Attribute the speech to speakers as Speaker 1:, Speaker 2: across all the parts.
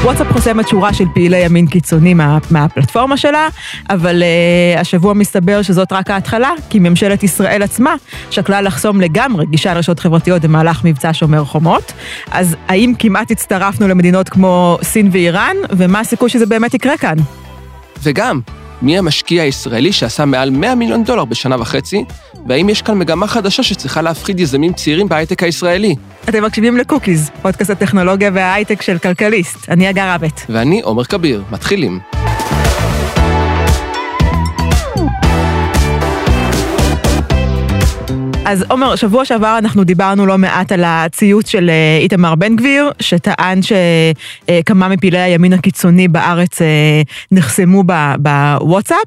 Speaker 1: וואטסאפ חוסמת שורה של פעילי ימין קיצוני מהפלטפורמה שלה, אבל השבוע מסתבר שזאת רק ההתחלה, כי ממשלת ישראל עצמה שקלה לחסום לגמרי גישה לרשתות חברתיות במהלך מבצע שומר חומות. אז האם כמעט הצטרפנו למדינות כמו סין ואיראן, ומה הסיכוי שזה באמת יקרה כאן?
Speaker 2: וגם, מי המשקיע הישראלי שעשה מעל $100 מיליון בשנה וחצי, והאם יש כאן מגמה חדשה שצריכה להפחיד יזמים צעירים בהייטק הישראלי?
Speaker 1: אתם מקשיבים לקוקיז, פודקאסט הטכנולוגיה וההייטק של כלכליסט. אני אגר רבת.
Speaker 2: ואני עומר כביר. מתחילים.
Speaker 1: אז עומר, שבוע שעבר אנחנו דיברנו לא מעט על הציוץ של איתמר בן גביר, שטען שכמה מפעילי הימין הקיצוני בארץ נחסמו בוואטסאפ.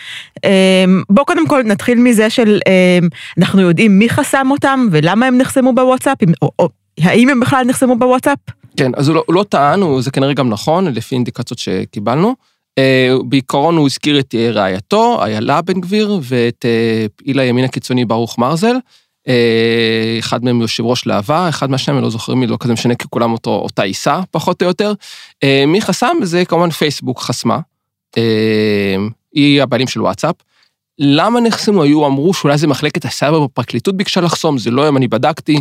Speaker 1: בואו קודם כל נתחיל מזה של אנחנו יודעים מי חסם אותם ולמה הם נחסמו בוואטסאפ, או האם הם בכלל נחסמו בוואטסאפ?
Speaker 2: כן, אז הוא לא טען, זה כנראה גם נכון, לפי אינדיקציות שקיבלנו. בעיקרון הוא הזכיר את רעייתו, איילה בן גביר, ואת פעיל הימין הקיצוני ברוך מרזל, אחד מהם יושב ראש להבה, אחד מהשניים, לא זוכרים מי, לא כזה משנה, כי כולם אותה עיסה, פחות או יותר. מי חסם? זה כמובן פייסבוק חסמה, היא הבעלים של וואטסאפ. למה נחסמו? אמרו שאולי זה מחלקת הסייבר בפרקליטות ביקשה לחסום, זה לא אני בדקתי,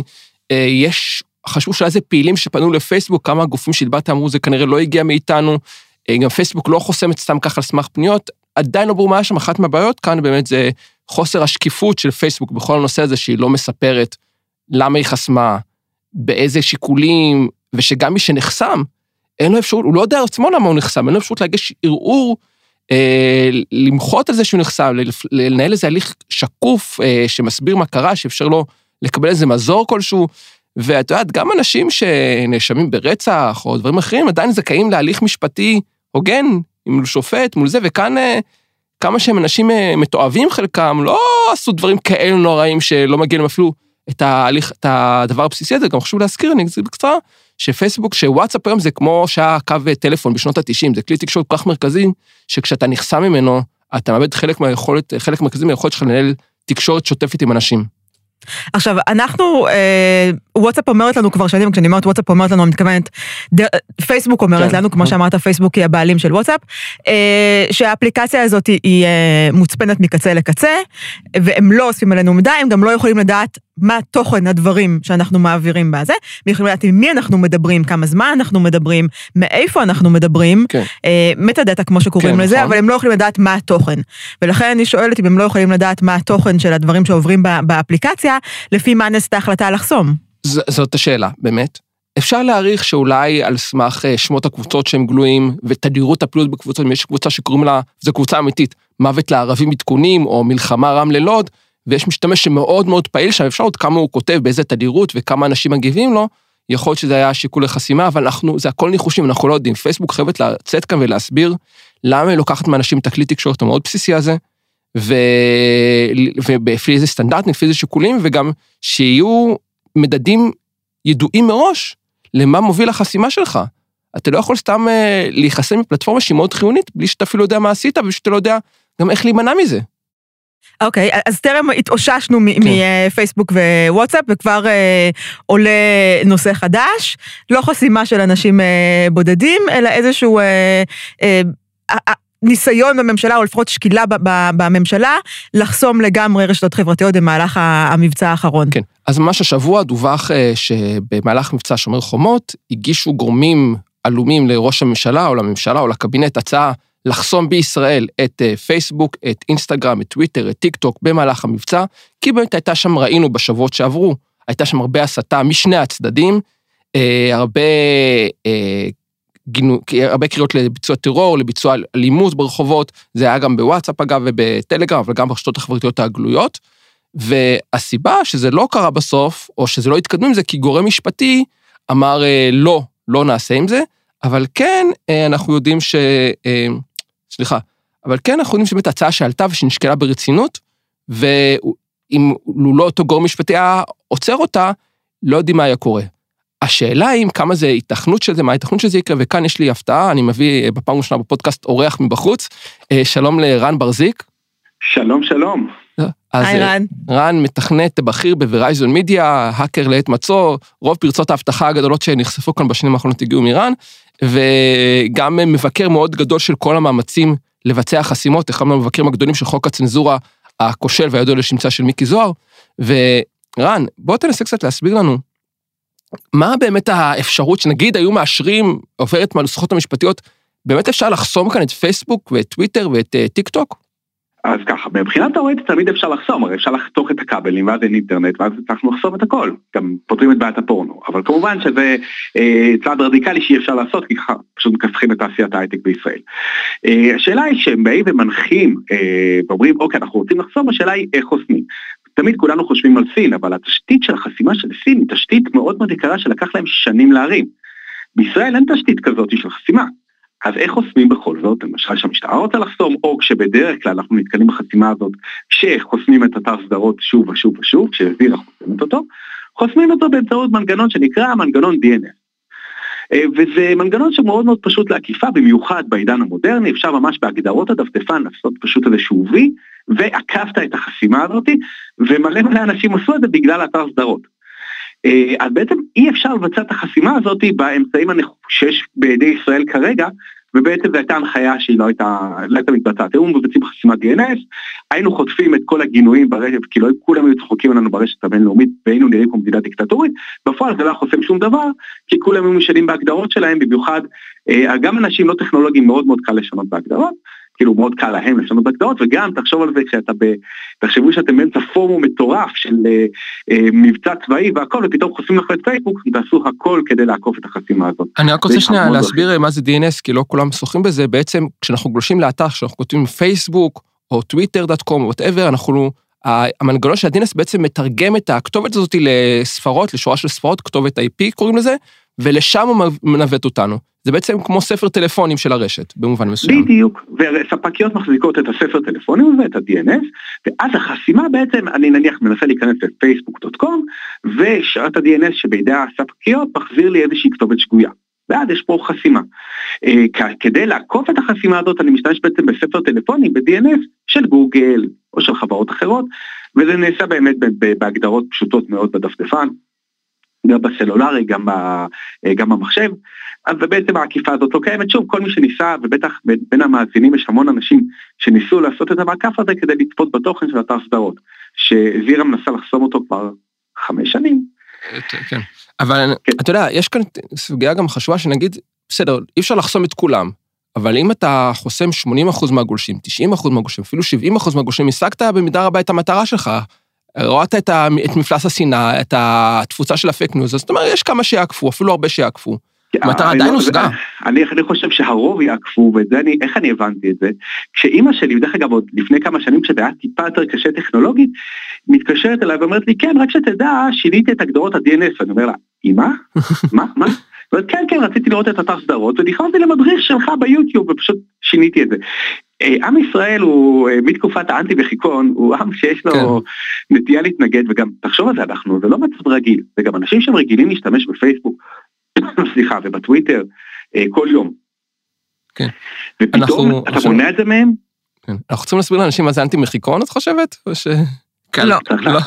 Speaker 2: חשבו שאולי זה פעילים שפנו לפייסבוק, כמה גופים שהדברתי אמרו, זה כנראה לא הגיע מאיתנו, גם פייסבוק לא חוסמת סתם ככה על סמך פניות, עדיין לא ברור מה שם, אחת מהבעיות כאן באמת זה חוסר השקיפות של פייסבוק בכל הנושא הזה, שהיא לא מספרת למה היא חסמה, באיזה שיקולים, ושגם מי שנחסם, אין לו אפשרות, הוא לא יודע עצמו למה הוא נחסם, אין לו אפשרות להגיש ערעור, למחות על זה שהוא נחסם, לנהל איזה הליך שקוף, שמסביר מה קרה, שאפשר לו לקבל איזה מזור כלשהו, ואת יודעת, גם אנשים שנאשמים ברצח או דברים אחרים, עדיין זכאים להליך משפטי הוגן, עם שופט מול זה, וכאן כמה שהם אנשים מתועבים חלקם, לא עשו דברים כאלה נוראים שלא מגיעים להם אפילו את הדבר הבסיסי הזה, גם חשוב להזכיר, אני אגזיר בקצרה, שפייסבוק, שוואטסאפ היום זה כמו שהיה קו טלפון בשנות ה-90, זה כלי תקשורת כל כך מרכזי, שכשאתה נחסם ממנו, אתה מאבד חלק מרכזי מהיכולת שלך לנהל תקשורת שוטפת עם אנשים.
Speaker 1: עכשיו, אנחנו, וואטסאפ אומרת לנו כבר שנים, כשאני אומרת וואטסאפ אומרת לנו, אני מתכוונת, פייסבוק אומרת לנו, כמו שאמרת, פייסבוק היא הבעלים של וואטסאפ, שהאפליקציה הזאת היא מוצפנת מקצה לקצה, והם לא אוספים עלינו מידע, הם גם לא יכולים לדעת מה תוכן הדברים שאנחנו מעבירים בזה, הם יכולים לדעת עם מי אנחנו מדברים, כמה זמן אנחנו מדברים, מאיפה אנחנו מדברים, מטה-דאטה כמו שקוראים לזה, אבל הם לא יכולים לדעת מה התוכן. ולכן אני שואלת אם הם לא יכולים לדעת מה התוכן של הדברים שעוברים באפליקציה, לפי מה נעשתה החלטה לחסום.
Speaker 2: זאת השאלה, באמת. אפשר להעריך שאולי על סמך שמות הקבוצות שהם גלויים, ותדירות הפעילות בקבוצות, אם יש קבוצה שקוראים לה, זו קבוצה אמיתית, מוות לערבים עדכונים, או מלחמה רם ללוד, ויש משתמש שמאוד מאוד פעיל שם, אפשר עוד כמה הוא כותב, באיזה תדירות, וכמה אנשים מגיבים לו, יכול להיות שזה היה שיקול לחסימה, אבל זה הכל ניחושים, אנחנו לא יודעים. פייסבוק חייבת לצאת כאן ולהסביר, למה היא לוקחת מאנשים את הכלי תקשורת המאוד בסיסי הזה, ולפי איזה סטנדרט, לפי איזה שיקולים, וגם שיהיו מדדים ידועים מראש, למה מוביל החסימה שלך. אתה לא יכול סתם להיחסם מפלטפורמה שהיא מאוד חיונית, בלי שאתה אפילו יודע מה עשית, ושאתה לא יודע גם איך להימנע מזה.
Speaker 1: אוקיי, אז טרם התאוששנו מפייסבוק ווואטסאפ, וכבר עולה נושא חדש, לא חסימה של אנשים בודדים, אלא איזשהו ניסיון בממשלה, או לפחות שקילה בממשלה, לחסום לגמרי רשתות חברתיות במהלך המבצע האחרון.
Speaker 2: כן, אז ממש השבוע דווח שבמהלך מבצע שומר חומות, הגישו גורמים עלומים לראש הממשלה, או לממשלה, או לקבינט, הצעה לחסום בישראל את פייסבוק, את אינסטגרם, את טוויטר, את טיק טוק, במהלך המבצע, כי באמת הייתה שם, ראינו בשבועות שעברו, הייתה שם הרבה הסתה משני הצדדים, הרבה קריאות לביצוע טרור, לביצוע אלימות ברחובות, זה היה גם בוואטסאפ אגב ובטלגרם, אבל גם ברשתות החברתיות הגלויות, והסיבה שזה לא קרה בסוף, או שזה לא התקדמו עם זה, כי גורם משפטי אמר לא נעשה עם זה, אבל כן אנחנו יודעים שבאמת ההצעה שעלתה ושנשקלה ברצינות, ואם לא אותו גורם משפטי היה עוצר אותה, לא יודעים מה היה קורה. השאלה היא כמה זה התכנות של זה, מה ההתכנות של זה יקרה, וכאן יש לי הפתעה, אני מביא בפעם ראשונה בפודקאסט אורח מבחוץ, שלום לרן ברזיק.
Speaker 3: שלום, שלום.
Speaker 1: היי רן.
Speaker 2: רן מתכנת בכיר בוורייזון מידיה, האקר לעת מצוא, רוב פרצות ההבטחה הגדולות שנחשפו כאן בשנים האחרונות הגיעו מרן, וגם מבקר מאוד גדול של כל המאמצים לבצע חסימות, אחד מהמבקרים הגדולים של חוק הצנזורה הכושל והידוע לשמצה של מיקי זוהר, ורן, בוא תנסה קצת להסביר לנו, מה באמת האפשרות שנגיד היו מאשרים, עוברת מהנוסחות המשפטיות, באמת אפשר לחסום כאן את פייסבוק ואת טוויטר ואת טיק טוק?
Speaker 3: אז ככה, מבחינת תיאורטית תמיד אפשר לחסום, הרי אפשר לחתוך את הכבלים ואז אין אינטרנט, ואז אנחנו לחסום את הכל, גם פותרים את בעיית הפורנו, אבל כמובן שזה צעד רדיקלי שאי אפשר לעשות, כי פשוט מכסחים את תעשיית ההייטק בישראל. השאלה היא שהם באים ומנחים, ואומרים, אוקיי, אנחנו רוצים לחסום, השאלה היא איך חוסמים. תמיד כולנו חושבים על סין, אבל התשתית של החסימה של סין היא תשתית מאוד מאוד יקרה שלקח להם שנים להרים. בישראל אין תשתית כזאת של חסימה. אז איך חוסמים בכל זאת? למשל שהמשטרה רוצה לחסום, או כשבדרך כלל אנחנו נתקלים בחסימה הזאת, כשחוסמים את אתר סדרות שוב ושוב ושוב, כשזירה חוסמת אותו, חוסמים אותו באמצעות מנגנון שנקרא מנגנון DNS. וזה מנגנון שמאוד מאוד פשוט לעקיפה, במיוחד בעידן המודרני, אפשר ממש בהגדרות הדפדפן לעשות פשוט איזשהו וי, ועקפת את החסימה הזאת, ומלא מלא אנשים עשו את זה בגלל אתר סדרות. אז בעצם אי אפשר לבצע את החסימה הזאת באמצעים שיש בידי ישראל כרגע, ובעצם זו הייתה הנחיה שהיא לא הייתה מתבצעת. היו מבצעים חסימת DNS, היינו חוטפים את כל הגינויים ברשת, כי לא כולם היו צחוקים עלינו ברשת הבינלאומית, והיינו נראים כמו מדינה דיקטטורית, בפועל זה לא חוסם שום דבר, כי כולם היו משנים בהגדרות שלהם, במיוחד גם אנשים לא טכנולוגיים מאוד מאוד קל לשנות בהגדרות, כאילו מאוד קל להם לשנות בהגדרות, וגם תחשוב על זה תחשבו שאתם באמצע פורום מטורף של מבצע צבאי והכל, ופתאום חוסמים לך את פייסבוק, תעשו הכל כדי לעקוף את החסימה הזאת.
Speaker 2: אני רק רוצה שנייה להסביר מה זה DNS, כי לא כולם שוחים בזה, בעצם כשאנחנו גולשים לאתר, כשאנחנו כותבים פייסבוק, או twitter.com, או whatever, המנגנון של ה-DNS בעצם מתרגם את הכתובת הזאת לספרות, לשורה של ספרות, כתובת IP קוראים לזה, ולשם הוא מנווט אותנו. זה בעצם כמו ספר טלפונים של הרשת, במובן מסוים.
Speaker 3: בדיוק, וספקיות מחזיקות את הספר טלפונים ואת ה-DNS, ואז החסימה בעצם, אני נניח מנסה להיכנס לפייסבוק.com, ושרת ה-DNS שבידי הספקיות מחזיר לי איזושהי כתובת שגויה. ועד יש פה חסימה. כדי לעקוף את החסימה הזאת, אני משתמש בעצם בספר טלפונים, ב-DNS של גוגל, או של חברות אחרות, וזה נעשה באמת בהגדרות פשוטות מאוד בדפדפן, גם בסלולרי, גם במחשב, ובעצם העקיפה הזאת לא קיימת. שוב, כל מי שניסה, ובטח בין המאזינים יש המון אנשים שניסו לעשות את המעקף הזה כדי לצפות בתוכן של אתר סדרות, שזירה מנסה לחסום אותו כבר 5 שנים.
Speaker 2: כן, אבל אתה יודע, יש כאן סוגיה גם חשובה שנגיד, בסדר, אי אפשר לחסום את כולם, אבל אם אתה חוסם 80% מהגולשים, 90% מהגולשים, אפילו 70% מהגולשים, השגת במידה רבה את המטרה שלך, רואת את מפלס השנאה, את התפוצה של הפייק ניוז, זאת אומרת, יש כמה שיעקפו, אפילו הרבה שיעקפו. המטרה עדיין הושגה.
Speaker 3: אני חושב שהרוב יעקפו, ואיך אני הבנתי את זה? כשאמא שלי, בדרך אגב, עוד לפני כמה שנים, כשזה היה טיפה יותר קשה טכנולוגית, מתקשרת אליי ואומרת לי, כן, רק שתדע, שיניתי את הגדרות ה-DNS, ואני אומר לה, אמא? מה? כן, רציתי לראות את אתר סדרות, ונכנסתי למדריך שלך ביוטיוב, ופשוט שיניתי את זה. עם ישראל הוא, מתקופת האנטי בחיקון, הוא עם שיש לו נטייה להתנגד, וגם תחשוב על זה, זה לא מצב רגיל, וגם אנשים שהם רגילים להשתמש בפייסבוק, סליחה, ובטוויטר, כל יום.
Speaker 2: כן.
Speaker 3: ופתאום, אתה מונע את זה מהם?
Speaker 2: כן. אנחנו צריכים להסביר לאנשים מה זה אנטי מחיקון, את חושבת?
Speaker 1: לא.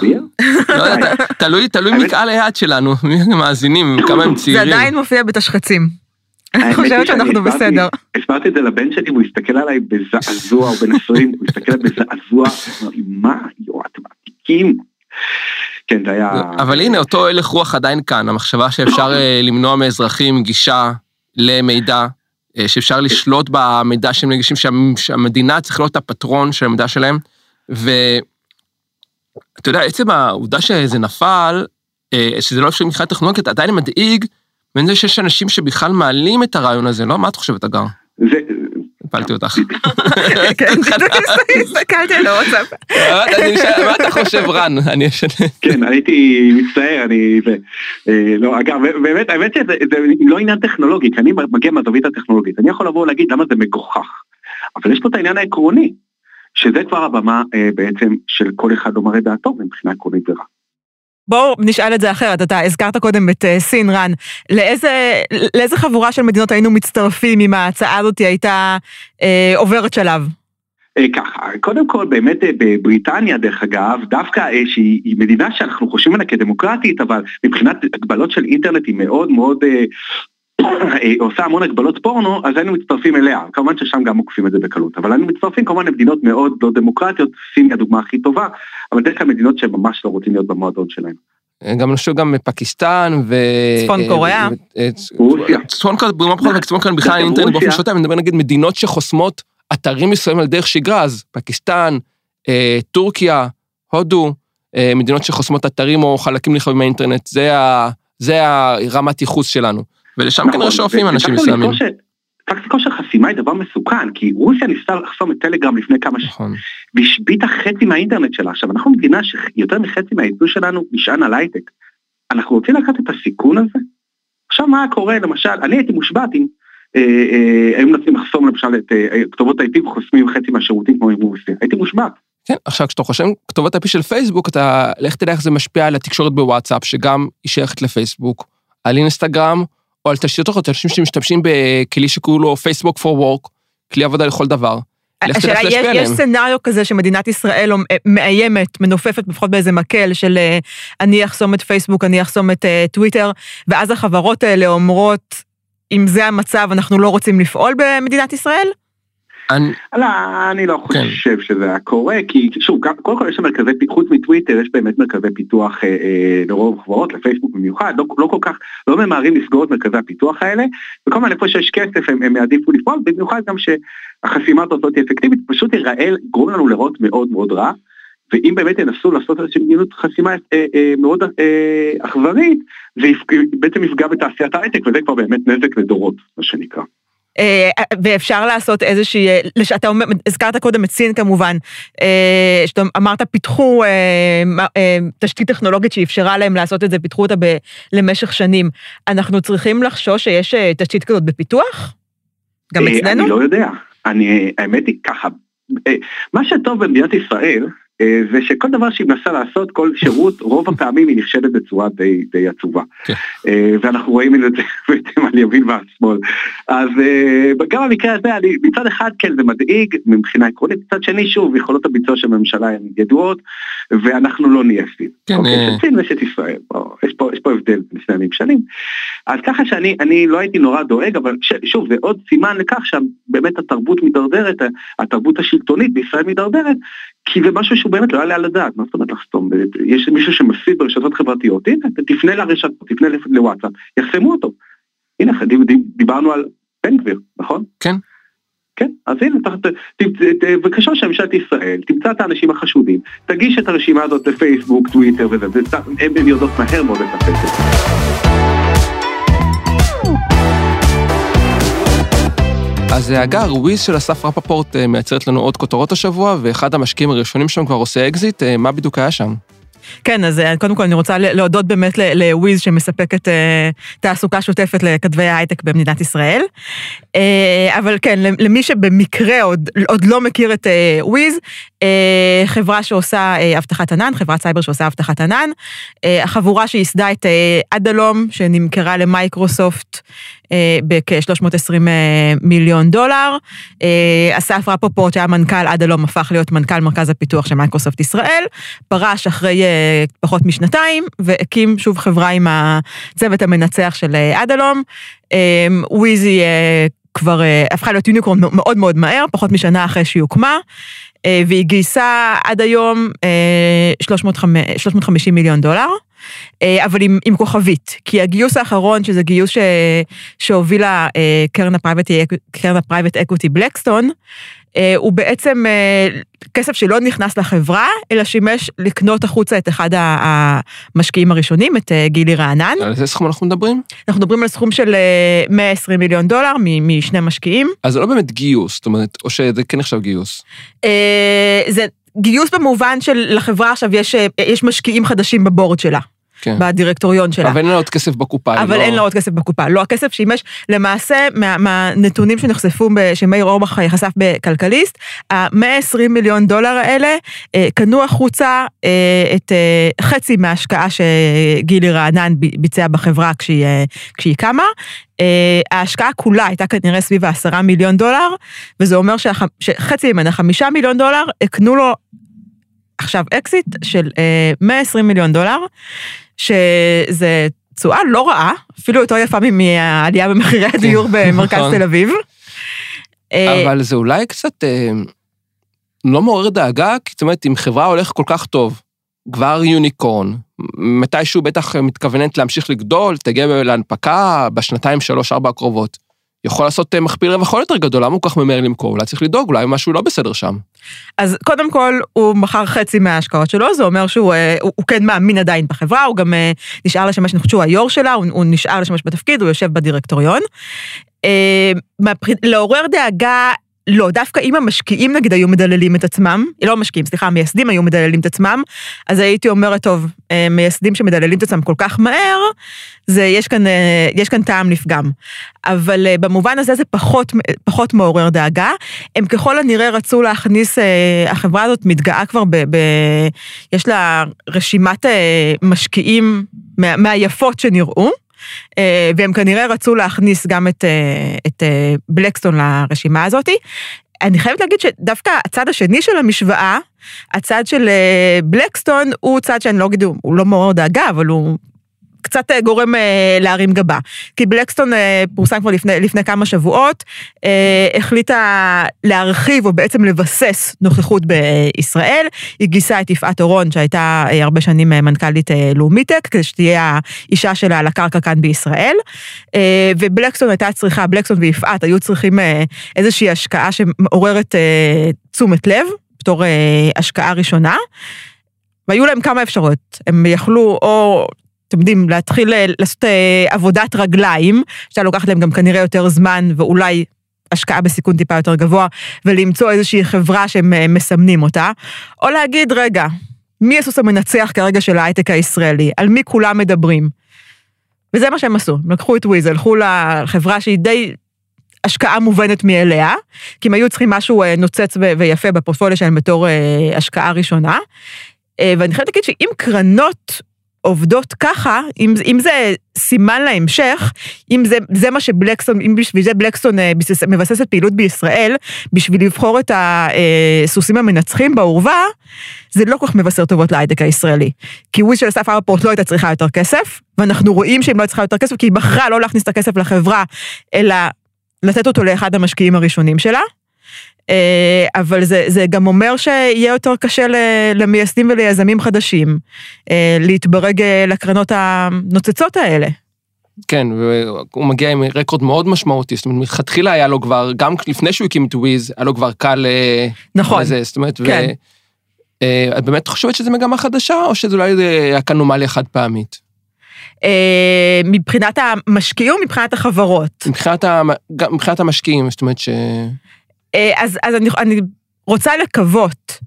Speaker 2: תלוי מקהל היעד שלנו, מאזינים, כמה הם צעירים.
Speaker 1: זה עדיין מופיע בתשחצים. אני חושבת שאנחנו בסדר.
Speaker 3: הסברתי את זה לבן שלי, הוא הסתכל עליי בזעזוע, הוא בן 20, הוא הסתכל עליי בזעזוע, הוא אמר לי, מה? אתם מעתיקים? כן, זה היה... אבל
Speaker 2: הנה, אותו הלך רוח עדיין כאן, המחשבה שאפשר למנוע מאזרחים גישה למידע, שאפשר לשלוט במידע שהם מגישים, שהמדינה צריך להיות הפטרון של המידע שלהם, ואתה יודע, עצם העובדה שזה נפל, שזה לא אפשר מבחינת טכנולוגית, עדיין מדאיג, ואין זה שיש אנשים שבכלל מעלים את הרעיון הזה, לא? מה את חושבת, אגר? הפלתי אותך.
Speaker 1: כן, הסתכלתי על הוואטסאפ.
Speaker 2: מה אתה חושב, רן?
Speaker 3: כן, הייתי מצטער, אגב, באמת, האמת שזה לא עניין טכנולוגי, כי אני מגיע מהזווית הטכנולוגית, אני יכול לבוא ולהגיד למה זה מגוחך, אבל יש פה את העניין העקרוני, שזה כבר הבמה בעצם של כל אחד לומר את דעתו, מבחינה עקרונית ורע.
Speaker 1: בואו נשאל את זה אחרת, אתה הזכרת קודם את סין, רן, לאיזה חבורה של מדינות היינו מצטרפים אם ההצעה הזאת הייתה עוברת שלב?
Speaker 3: ככה, קודם כל באמת בבריטניה דרך אגב, דווקא שהיא מדינה שאנחנו חושבים עליה כדמוקרטית, אבל מבחינת הגבלות של אינטרנט היא מאוד מאוד עושה המון הגבלות פורנו, אז היינו מצטרפים אליה. כמובן ששם גם עוקפים את זה בקלות, אבל היינו מצטרפים כמובן למדינות מאוד לא דמוקרטיות, סין היא הדוגמה הכי טובה, אבל דרך כלל מדינות שממש לא רוצים להיות במועדון שלהם.
Speaker 2: גם נשאר גם פקיסטן
Speaker 1: צפון קוריאה.
Speaker 2: צפון קוריאה בכלל האינטרנט באופן שוטף, אני מדבר נגיד מדינות שחוסמות אתרים מסוימים על דרך שגרה, אז פקיסטן, טורקיה, הודו, מדינות שחוסמות אתרים או חלקים נרחבים מהאינטרנט, זה הרמת ייחוס שלנו. ולשם כנראה שואפים אנשים מסוימים.
Speaker 3: צריך לזכור שחסימה היא דבר מסוכן, כי רוסיה ניסתה לחסום את טלגרם לפני כמה שנים, והשביתה חצי מהאינטרנט שלה. עכשיו, אנחנו מדינה שיותר מחצי מהייצוא שלנו נשען על הייטק. אנחנו רוצים לקחת את הסיכון הזה? עכשיו, מה קורה, למשל, אני הייתי מושבת אם הם נוצאים לחסום למשל את כתובות IP וחוסמים חצי מהשירותים כמו עם רוסיה. הייתי מושבת.
Speaker 2: כן, עכשיו כשאתה חושב כתובות IP של פייסבוק, אתה לך תדע איך זה משפיע על התקשורת בוואטסאפ, שגם היא שייכת לפייסבוק, על אינסטגרם, או על תשתיות אחרות, אנשים שמשתמשים בכלי שקוראים לו פייסבוק for work, כלי עבודה לכל דבר.
Speaker 1: השאלה, יש סצנריו כזה שמדינת ישראל מאיימת, מנופפת לפחות באיזה מקל של אני אחסום את פייסבוק, אני אחסום את טוויטר, ואז החברות האלה אומרות, אם זה המצב, אנחנו לא רוצים לפעול במדינת ישראל?
Speaker 3: אני לא חושב שזה היה קורה, כי שוב, קודם כל יש מרכזי פיתוח, חוץ מטוויטר, יש באמת מרכזי פיתוח לרוב חברות, לפייסבוק במיוחד, לא כל כך, לא ממהרים לסגור את מרכזי הפיתוח האלה, וכל מיני איפה שיש כסף הם יעדיפו לפעול, במיוחד גם שהחסימה הזאת לא תהיה אפקטיבית, פשוט יראל גורם לנו לראות מאוד מאוד רע, ואם באמת ינסו לעשות איזושהי מדיניות חסימה מאוד אכזרית, זה בעצם יפגע בתעשיית ההייטק, וזה כבר באמת נזק לדורות, מה שנקרא.
Speaker 1: ואפשר לעשות איזושהי, אתה הזכרת קודם את סין כמובן, שאתה אמרת פיתחו תשתית טכנולוגית שאפשרה להם לעשות את זה, פיתחו אותה למשך שנים. אנחנו צריכים לחשוש שיש תשתית כזאת בפיתוח? גם אצלנו?
Speaker 3: אני לא יודע. האמת היא ככה, מה שטוב במדינת ישראל, זה שכל דבר שהיא מנסה לעשות, כל שירות, רוב הפעמים היא נכשלת בצורה די עצובה. ואנחנו רואים את זה בעצם על ימין והשמאל. אז גם במקרה הזה, מצד אחד כן זה מדאיג, מבחינה עקרונית, מצד שני שוב, יכולות הביצוע של הממשלה הן ידועות, ואנחנו לא נהיה סין. סין יש את ישראל, יש פה הבדל בין שני הממשלים. אז ככה שאני לא הייתי נורא דואג, אבל שוב, זה עוד סימן לכך שבאמת התרבות מתדרדרת, התרבות השלטונית בישראל מתדרדרת, כי זה משהו שהוא באמת לא יעלה על הדעת, מה זאת אומרת לחסום? יש מישהו שמפסיד ברשתות חברתיות, הנה, תפנה לרשתות, תפנה לוואטסאפ, יחסמו אותו. הנה, דיברנו על בן גביר, נכון?
Speaker 2: כן.
Speaker 3: כן, אז הנה, בבקשה שממשלת ישראל, תמצא את האנשים החשודים, תגיש את הרשימה הזאת לפייסבוק, טוויטר וזה, הם יודעות מהר מאוד לטפל את זה.
Speaker 2: אז הגר, וויז של אסף רפפורט מייצרת לנו עוד כותרות השבוע, ואחד המשקיעים הראשונים שם כבר עושה אקזיט, מה בדיוק היה שם?
Speaker 1: כן, אז קודם כל אני רוצה להודות באמת לוויז שמספקת תעסוקה שוטפת לכתבי ההייטק במדינת ישראל, אבל כן, למי שבמקרה עוד לא מכיר את וויז, חברה שעושה אבטחת ענן, חברת סייבר שעושה אבטחת ענן, החבורה שיסדה את אדלום, שנמכרה למייקרוסופט בכ-$320 מיליון. אסף רפפורט, שהיה מנכ"ל אדלום, הפך להיות מנכ"ל מרכז הפיתוח של מייקרוסופט ישראל, פרש אחרי פחות משנתיים, והקים שוב חברה עם הצוות המנצח של אדלום. וויזי כבר הפכה להיות יוניקורן מאוד מאוד מהר, פחות משנה אחרי שהיא הוקמה, והיא גייסה עד היום $350 מיליון, אבל עם כוכבית, כי הגיוס האחרון, שזה גיוס שהובילה קרן הפרייבט אקוויטי בלקסטון, הוא בעצם כסף שלא נכנס לחברה, אלא שימש לקנות החוצה את אחד המשקיעים הראשונים, את גילי רענן.
Speaker 2: על איזה סכום אנחנו מדברים?
Speaker 1: אנחנו מדברים על סכום של $120 מיליון משני משקיעים.
Speaker 2: אז זה לא באמת גיוס, זאת אומרת, או שזה כן עכשיו גיוס?
Speaker 1: זה גיוס במובן של לחברה עכשיו יש משקיעים חדשים בבורד שלה. בדירקטוריון שלה.
Speaker 2: אבל אין לה עוד כסף בקופה.
Speaker 1: אבל אין לה עוד כסף בקופה. לא, הכסף שימש, למעשה, מהנתונים שנחשפו, שמאיר אורבך חשף בכלכליסט, $120 מיליון האלה, קנו החוצה את חצי מההשקעה שגילי רענן ביצע בחברה כשהיא קמה. ההשקעה כולה הייתה כנראה סביב $10 מיליון, וזה אומר שחצי ממנה $5 מיליון, הקנו לו עכשיו אקזיט של $120 מיליון, שזה תשואה לא רעה, אפילו יותר יפה מהעלייה במחירי הדיור במרכז תל אביב.
Speaker 2: אבל זה אולי קצת לא מעורר דאגה, כי זאת אומרת, אם חברה הולך כל כך טוב, כבר יוניקורן, מתישהו בטח מתכוונת להמשיך לגדול, תגיע להנפקה בשנתיים 3-4 הקרובות, יכול לעשות מכפיל רווח יותר גדול, למה הוא כך ממהר למכור? אולי צריך לדאוג, אולי משהו לא בסדר שם.
Speaker 1: אז קודם כל, הוא מכר חצי מההשקעות שלו, זה אומר שהוא כן מאמין עדיין בחברה, הוא גם נשאר לשמש, אני חושבת שהוא היו"ר שלה, הוא נשאר לשמש בתפקיד, הוא יושב בדירקטוריון. לעורר דאגה, לא, דווקא אם המשקיעים נגיד היו מדללים את עצמם, לא המשקיעים, סליחה, המייסדים היו מדללים את עצמם, אז הייתי אומרת, טוב, מייסדים שמדללים את עצמם כל כך מהר, יש כאן טעם לפגם. אבל במובן הזה זה פחות מעורר דאגה, הם ככל הנראה רצו להכניס, החברה הזאת מתגאה כבר יש לה רשימת משקיעים מהיפות שנראו, והם כנראה רצו להכניס גם את בלקסטון לרשימה הזאת. אני חייבת להגיד שדווקא הצד השני של המשוואה, הצד של בלקסטון, הוא צד שאני לא אגיד, הוא לא מעורר דאגה, אבל הוא קצת גורם להרים גבה. כי בלקסטון פורסם כבר לפני כמה שבועות, החליטה להרחיב או בעצם לבסס נוכחות בישראל, היא גיסה את יפעת אורון, שהייתה הרבה שנים מנכ"לית לאומיטק, כדי שתהיה האישה שלה על הקרקע כאן בישראל, ובלקסטון הייתה צריכה, בלקסטון ויפעת היו צריכים איזושהי השקעה שמעוררת תשומת לב, בתור השקעה ראשונה, והיו להם כמה אפשרויות, הם יכלו או אתם יודעים, להתחיל לעשות עבודת רגליים, שאתה לוקחת להם גם כנראה יותר זמן, ואולי השקעה בסיכון טיפה יותר גבוה, ולמצוא איזושהי חברה שהם מסמנים אותה, או להגיד, רגע, מי הסוס המנצח כרגע של ההייטק הישראלי? על מי כולם מדברים? וזה מה שהם עשו, הם לקחו את וויז, הלכו לחברה שהיא די השקעה מובנת מאליה, כי הם היו צריכים משהו נוצץ ויפה בפורטפוליו שלהם בתור השקעה ראשונה, ואני חייבת להגיד שאם קרנות עובדות ככה, אם זה סימן להמשך, אם זה מה שבלקסטון, אם בשביל זה בלקסטון מבססת פעילות בישראל, בשביל לבחור את הסוסים המנצחים בעורבה, זה לא כל כך מבשר טובות להייטק הישראלי. כי וויז של אסף רפפורט לא הייתה צריכה יותר כסף, ואנחנו רואים שהיא לא צריכה יותר כסף, כי היא בחרה לא להכניס את הכסף לחברה, אלא לתת אותו לאחד המשקיעים הראשונים שלה, אבל זה גם אומר שיהיה יותר קשה למייסדים וליזמים חדשים, להתברג לקרנות הנוצצות האלה.
Speaker 2: כן, והוא מגיע עם רקורד מאוד משמעותי, זאת אומרת, מתחילה היה לו כבר, גם לפני שהוא הקים את וויז, היה לו כבר קל
Speaker 1: נכון,
Speaker 2: לזה, זאת אומרת,
Speaker 1: כן.
Speaker 2: את באמת חושבת שזה מגמה חדשה, או שזה אולי היה אנומליה חד פעמית?
Speaker 1: מבחינת המשקיעים או מבחינת החברות?
Speaker 2: מבחינת המשקיעים, זאת אומרת
Speaker 1: אז אני רוצה לקוות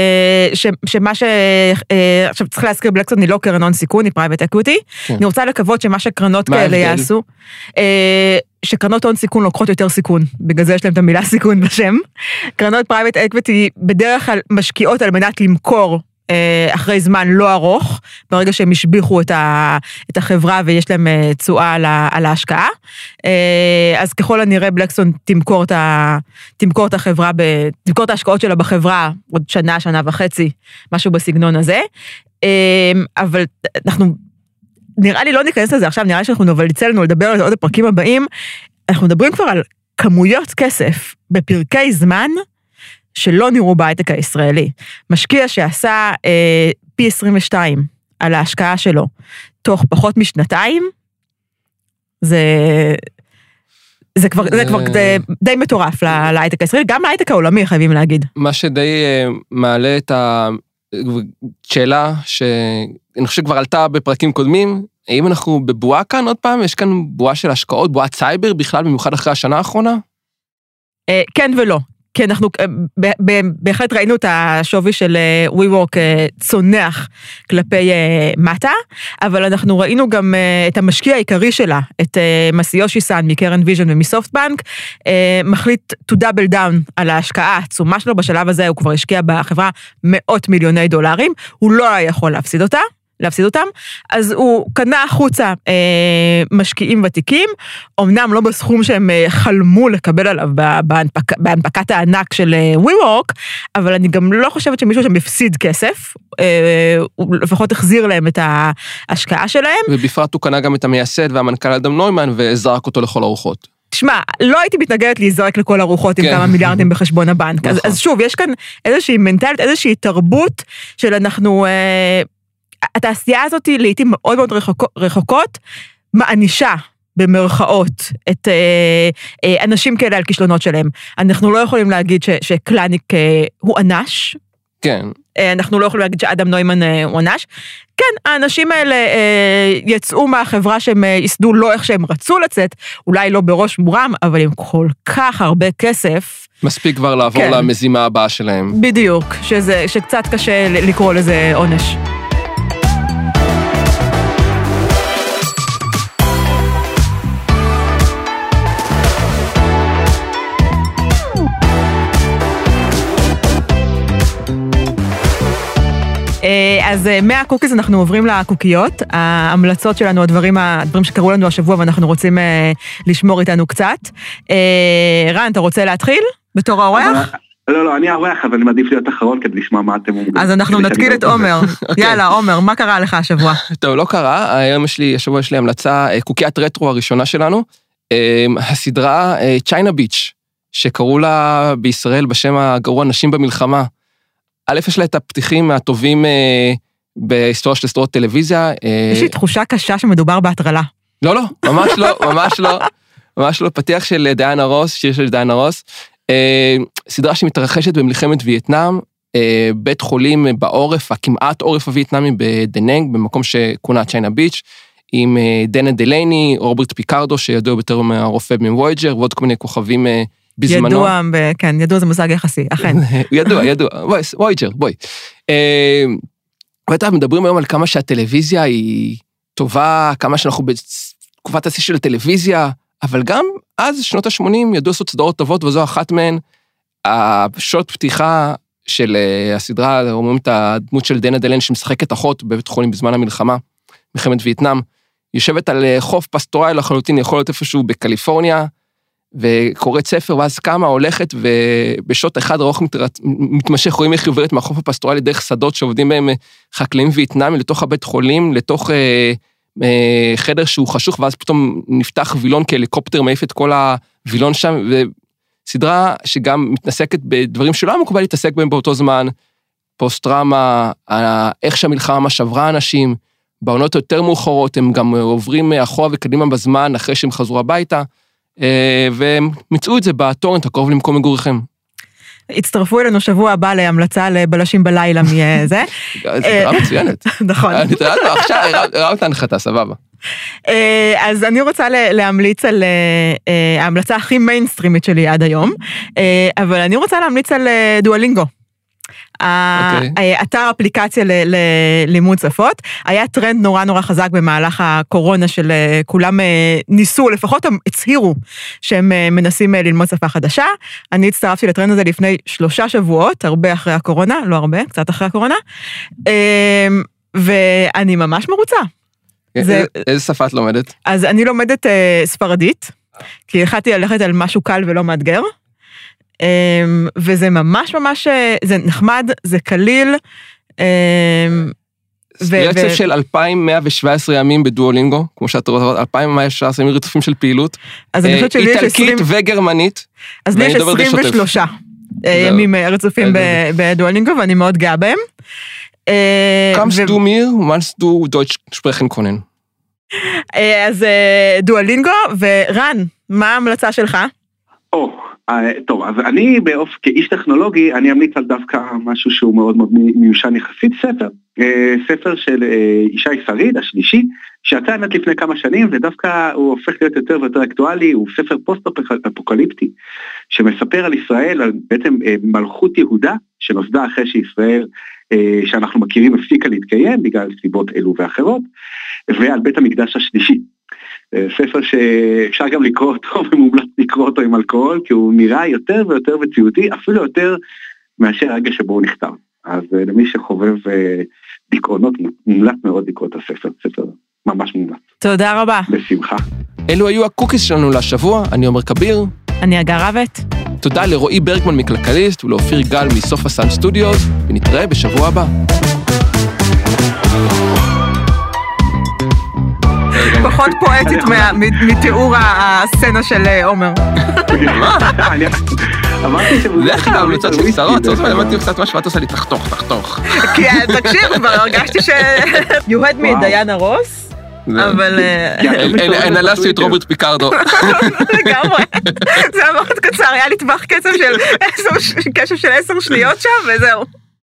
Speaker 1: שמה עכשיו צריך להזכיר בלקסטון היא לא קרן הון סיכון, היא פרייבט אקוויטי, אני רוצה לקוות שמה שקרנות כאלה יעשו, שקרנות הון סיכון לוקחות יותר סיכון, בגלל זה יש להם את המילה סיכון בשם, קרנות פרייבט אקוויטי בדרך כלל משקיעות על מנת למכור, אחרי זמן לא ארוך, ברגע שהם השביחו את החברה ויש להם תשואה על ההשקעה, אז ככל הנראה בלקסטון תמכור את החברה, תמכור את ההשקעות שלה בחברה עוד שנה וחצי, משהו בסגנון הזה, אבל אנחנו, נראה לי לא ניכנס לזה עכשיו, נראה לי שאנחנו נצא לנו לדבר על זה עוד הפרקים הבאים, אנחנו מדברים כבר על כמויות כסף בפרקי זמן, שלא נראו בהייטק הישראלי. משקיע שעשה פי 22 על ההשקעה שלו, תוך פחות משנתיים, זה כבר די מטורף להייטק הישראלי, גם להייטק העולמי חייבים להגיד.
Speaker 2: מה שדי מעלה את השאלה, שאני חושב שכבר עלתה בפרקים קודמים, האם אנחנו בבועה כאן עוד פעם? יש כאן בועה של השקעות, בועת סייבר בכלל, במיוחד אחרי השנה האחרונה?
Speaker 1: כן ולא. כי אנחנו בהחלט ראינו את השווי של WeWork צונח כלפי מטה, אבל אנחנו ראינו גם את המשקיע העיקרי שלה, את מסיושי סן מקרן ויז'ן ומסופטבנק, מחליט to double down על ההשקעה העצומה שלו, בשלב הזה הוא כבר השקיע בחברה מאות מיליוני דולרים, הוא לא היה יכול להפסיד אותם, אז הוא קנה החוצה משקיעים ותיקים, אמנם לא בסכום שהם חלמו לקבל עליו בהנפקת הענק של WeWork, אבל אני גם לא חושבת שמישהו שם הפסיד כסף, הוא לפחות החזיר להם את ההשקעה שלהם.
Speaker 2: ובפרט הוא קנה גם את המייסד והמנכ"ל אדם נוימן, וזרק אותו לכל הרוחות.
Speaker 1: תשמע, לא הייתי מתנגדת להיזרק לכל הרוחות עם כמה מיליארדים בחשבון הבנק. אז שוב, יש כאן איזושהי מנטלית, איזושהי תרבות של אנחנו, התעשייה הזאת לעתים מאוד מאוד רחוקות, מענישה במרכאות את אנשים כאלה על כישלונות שלהם. אנחנו לא יכולים להגיד שקלניק הוא אנש.
Speaker 2: כן.
Speaker 1: אנחנו לא יכולים להגיד שאדם נוימן הוא אנש. כן, האנשים האלה יצאו מהחברה שהם ייסדו לא איך שהם רצו לצאת, אולי לא בראש מורם, אבל עם כל כך הרבה כסף.
Speaker 2: מספיק כבר לעבור למזימה הבאה שלהם.
Speaker 1: בדיוק, שקצת קשה לקרוא לזה עונש. אז מהקוקיס אנחנו עוברים לקוקיות, ההמלצות שלנו, הדברים שקרו לנו השבוע ואנחנו רוצים לשמור איתנו קצת. רן, אתה רוצה להתחיל בתור האורח?
Speaker 3: לא, אני האורח, אבל אני מעדיף להיות אחרון כדי לשמוע מה אתם אומרים.
Speaker 1: אז אנחנו נתקיל את עומר. יאללה, עומר, מה קרה לך השבוע?
Speaker 2: טוב, לא קרה, השבוע יש לי המלצה, קוקיית רטרו הראשונה שלנו, הסדרה צ'יינה ביץ', שקראו לה בישראל בשם הגרוע נשים במלחמה. א', יש לה את הפתיחים הטובים בהיסטוריה של סדרות טלוויזיה.
Speaker 1: יש לי תחושה קשה שמדובר בהטרלה.
Speaker 2: לא, ממש לא, ממש לא, פתיח של דיאנה רוס, שיר של דיאנה רוס, סדרה שמתרחשת במלחמת וייטנאם, בית חולים בעורף, הכמעט עורף הווייטנאמי בדננג, במקום שכונה צ'יינה ביץ', עם דנה דלייני, רוברט פיקרדו, שידוע יותר מהרופא מוויג'ר, ועוד כל מיני כוכבים בזמנו.
Speaker 1: ידוע זה מושג יחסי, אכן.
Speaker 2: ידוע, וויג'ר, בואי. ואתה מדברים היום על כמה שהטלוויזיה היא טובה, כמה שאנחנו בתקופת השיא של הטלוויזיה, אבל גם אז, שנות ה-80, ידעו לעשות סדרות טובות, וזו אחת מהן, השוט פתיחה של הסדרה, אומרים את הדמות של דנה דלן, שמשחקת אחות בבית חולים בזמן המלחמה, מלחמת וייטנאם, יושבת על חוף פסטורלי לחלוטין, יכול להיות איפשהו בקליפורניה, וקוראת ספר, ואז קמה, הולכת, ובשוט אחד ארוך מתמשך, רואים איך היא עוברת מהחוף הפסטורלי, דרך שדות שעובדים בהם חקלאים וייטנאמים, לתוך הבית חולים, לתוך חדר שהוא חשוך, ואז פתאום נפתח וילון כהליקופטר, מעיף את כל הווילון שם, וסדרה שגם מתעסקת בדברים שלא מקובל להתעסק בהם באותו זמן, פוסט-טראומה, איך שהמלחמה מה שברה אנשים, בעונות יותר מאוחרות, הם גם עוברים אחורה וקדימה בזמן, אחרי שהם חזרו הביתה, והם מצאו את זה בטורנט הקרוב למקום מגוריכם.
Speaker 1: הצטרפו אלינו שבוע הבא להמלצה לבלשים בלילה מזה.
Speaker 2: זה סדרה מצוינת.
Speaker 1: נכון.
Speaker 2: עכשיו הרמת הנחתה, סבבה.
Speaker 1: אז אני רוצה להמליץ על ההמלצה הכי מיינסטרימית שלי עד היום, אבל אני רוצה להמליץ על דואלינגו. אתר אפליקציה ללימוד שפות, היה טרנד נורא נורא חזק במהלך הקורונה של כולם ניסו, לפחות הם הצהירו שהם מנסים ללמוד שפה חדשה. אני הצטרפתי לטרנד הזה לפני 3 שבועות, הרבה אחרי הקורונה, לא הרבה, קצת אחרי הקורונה, ואני ממש מרוצה.
Speaker 2: איזה שפה את לומדת?
Speaker 1: אז אני לומדת ספרדית, כי החלטתי ללכת על משהו קל ולא מאתגר, וזה ממש ממש, זה נחמד, זה קליל.
Speaker 2: רצף של 2117 ימים בדואלינגו, כמו שאת רואה, 2117 ימים רצופים של פעילות, איטלקית וגרמנית.
Speaker 1: אז לי יש 23 ימים רצופים בדואלינגו, ואני מאוד גאה בהם.
Speaker 2: Kannst du mir, meinst du Deutsch sprechen können?
Speaker 1: אז דואלינגו, ורן, מה ההמלצה שלך?
Speaker 3: טוב, אז אני כאיש טכנולוגי, אני אמליץ על דווקא משהו שהוא מאוד מאוד מיושן יחסית, ספר של ישי שריד, השלישי, שיצא האמת לפני כמה שנים, ודווקא הוא הופך להיות יותר ויותר אקטואלי, הוא ספר פוסט-אפוקליפטי, שמספר על ישראל, על בעצם מלכות יהודה, שנוסדה אחרי שישראל, שאנחנו מכירים, הפסיקה להתקיים, בגלל סיבות אלו ואחרות, ועל בית המקדש השלישי. ספר שאפשר גם לקרוא אותו, ומומלץ לקרוא אותו עם אלכוהול, כי הוא נראה יותר ויותר מציאותי, אפילו יותר מאשר הרגע שבו הוא נכתב. אז למי שחובב דיכאונות, מומלץ מאוד לקרוא את הספר, ספר ממש מומלץ.
Speaker 1: תודה רבה.
Speaker 3: בשמחה.
Speaker 2: אלו היו הקוקיס שלנו לשבוע, אני עומר כביר.
Speaker 1: אני אגר רבת.
Speaker 2: תודה לרועי ברגמן מכלכליסט ולאופיר גל מסוף הסאן סטודיוס, ונתראה בשבוע הבא.
Speaker 1: פחות פואטית מתיאור הסצנה של עומר.
Speaker 3: אמרתי
Speaker 2: זה איך ההמלצות של שרות, זאת אומרת, למדתי קצת משהו, ואת עושה לי תחתוך.
Speaker 1: כי תקשיב, כבר הרגשתי ש... You had me דיינה רוס, אבל...
Speaker 2: הנלסתי את רוברט פיקרדו.
Speaker 1: לגמרי. זה היה מאוד קצר, היה לי טווח קצב של 10 שניות שם, וזהו.